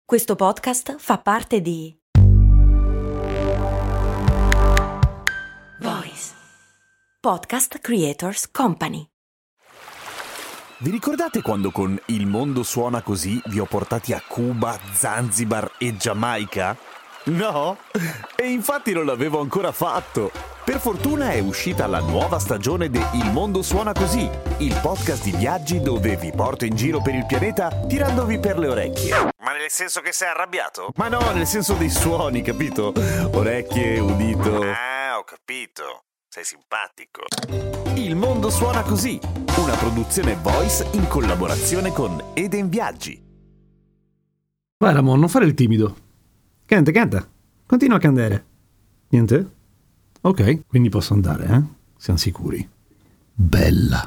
Questo podcast fa parte di Voice Podcast Creators Company. Vi ricordate quando con Il mondo suona così vi ho portati a Cuba, Zanzibar e Giamaica? No? E infatti non l'avevo ancora fatto. Per fortuna è uscita la nuova stagione di Il mondo suona così, il podcast di viaggi dove vi porto in giro per il pianeta tirandovi per le orecchie. Ma nel senso che sei arrabbiato? Ma no, nel senso dei suoni, capito? Orecchie, udito. Ah, ho capito. Sei simpatico. Il mondo suona così, una produzione Voice in collaborazione con Eden Viaggi. Vai Ramon, non fare il timido. Canta. Continua a candere. Niente? Ok, quindi posso andare, eh? Siamo sicuri. Bella.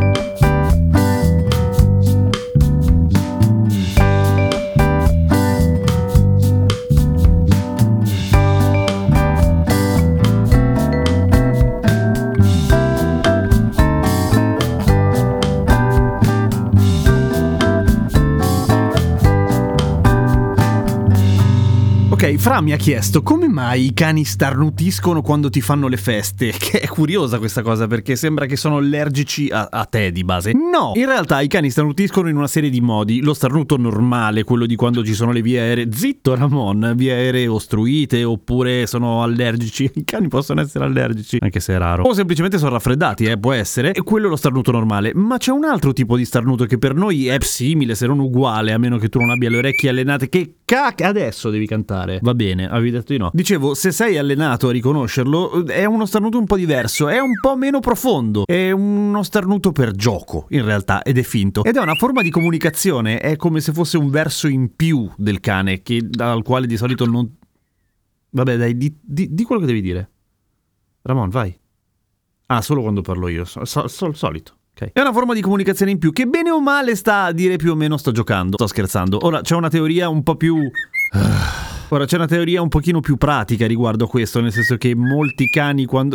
Ok, Fra mi ha chiesto come mai i cani starnutiscono quando ti fanno le feste, che è curiosa questa cosa perché sembra che sono allergici a te di base. No, in realtà i cani starnutiscono in una serie di modi. Lo starnuto normale, quello di quando ci sono le vie aeree, zitto Ramon, vie aeree ostruite, oppure sono allergici. I cani possono essere allergici, anche se è raro, o semplicemente sono raffreddati, può essere, e quello è lo starnuto normale. Ma c'è un altro tipo di starnuto che per noi è simile, se non uguale, a meno che tu non abbia le orecchie allenate. Che adesso devi cantare. Va bene, avevi detto di no. Dicevo, se sei allenato a riconoscerlo, è uno starnuto un po' diverso, è un po' meno profondo, è uno starnuto per gioco, in realtà, ed è finto. Ed è una forma di comunicazione, è come se fosse un verso in più del cane, dal quale di solito non... Vabbè, dai, di quello che devi dire. Ramon, vai. Ah, solo quando parlo io, solito. Okay. È una forma di comunicazione in più, che bene o male sta a dire più o meno sto giocando. Sto scherzando. Ora, c'è una teoria un po' più... Ora, c'è una teoria un pochino più pratica riguardo a questo, nel senso che molti cani quando...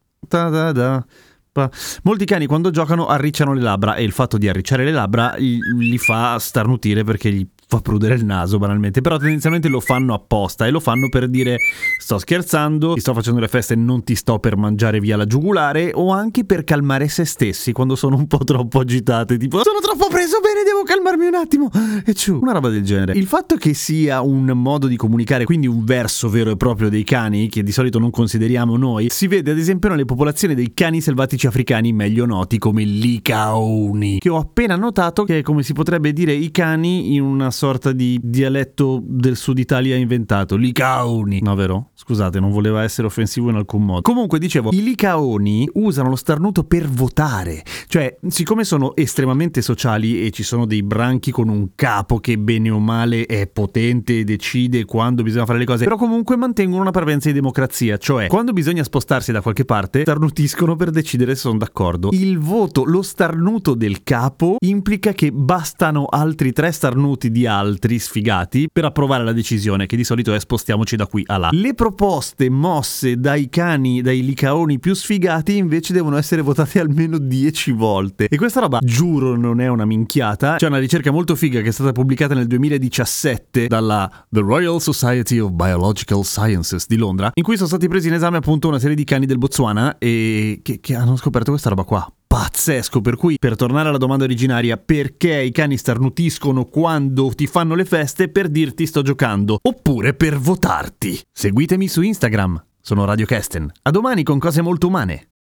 Molti cani quando giocano arricciano le labbra, e il fatto di arricciare le labbra li fa starnutire perché gli fa prudere il naso banalmente, però tendenzialmente lo fanno apposta e lo fanno per dire sto scherzando, ti sto facendo le feste, non ti sto per mangiare via la giugulare, o anche per calmare se stessi quando sono un po' troppo agitate, tipo sono troppo preso, bene, devo calmarmi un attimo e ciù, una roba del genere. Il fatto che sia un modo di comunicare, quindi un verso vero e proprio dei cani, che di solito non consideriamo noi, si vede ad esempio nelle popolazioni dei cani selvatici africani meglio noti come Licaoni, che ho appena notato che è come si potrebbe dire i cani in una sorta di dialetto del sud Italia inventato, Licaoni. No, vero? Scusate, non voleva essere offensivo in alcun modo. Comunque, dicevo, i Licaoni usano lo starnuto per votare, cioè, siccome sono estremamente sociali e ci sono dei branchi con un capo che bene o male è potente e decide quando bisogna fare le cose, però comunque mantengono una parvenza di democrazia, cioè quando bisogna spostarsi da qualche parte starnutiscono per decidere se sono d'accordo. Il voto, lo starnuto del capo implica che bastano altri 3 starnuti di altri sfigati per approvare la decisione, che di solito è spostiamoci da qui a là. Le proposte mosse dai cani, dai licaoni più sfigati invece devono essere votate almeno 10 volte, e questa roba, giuro, non è una minchiata. C'è una ricerca molto figa che è stata pubblicata nel 2017 dalla The Royal Society of Biological Sciences di Londra, in cui sono stati presi in esame appunto una serie di cani del Botswana e che hanno scoperto questa roba qua. Pazzesco, per cui, per tornare alla domanda originaria, perché i cani starnutiscono quando ti fanno le feste? Per dirti sto giocando, oppure per votarti. Seguitemi su Instagram, sono Radio Kesten. A domani con cose molto umane.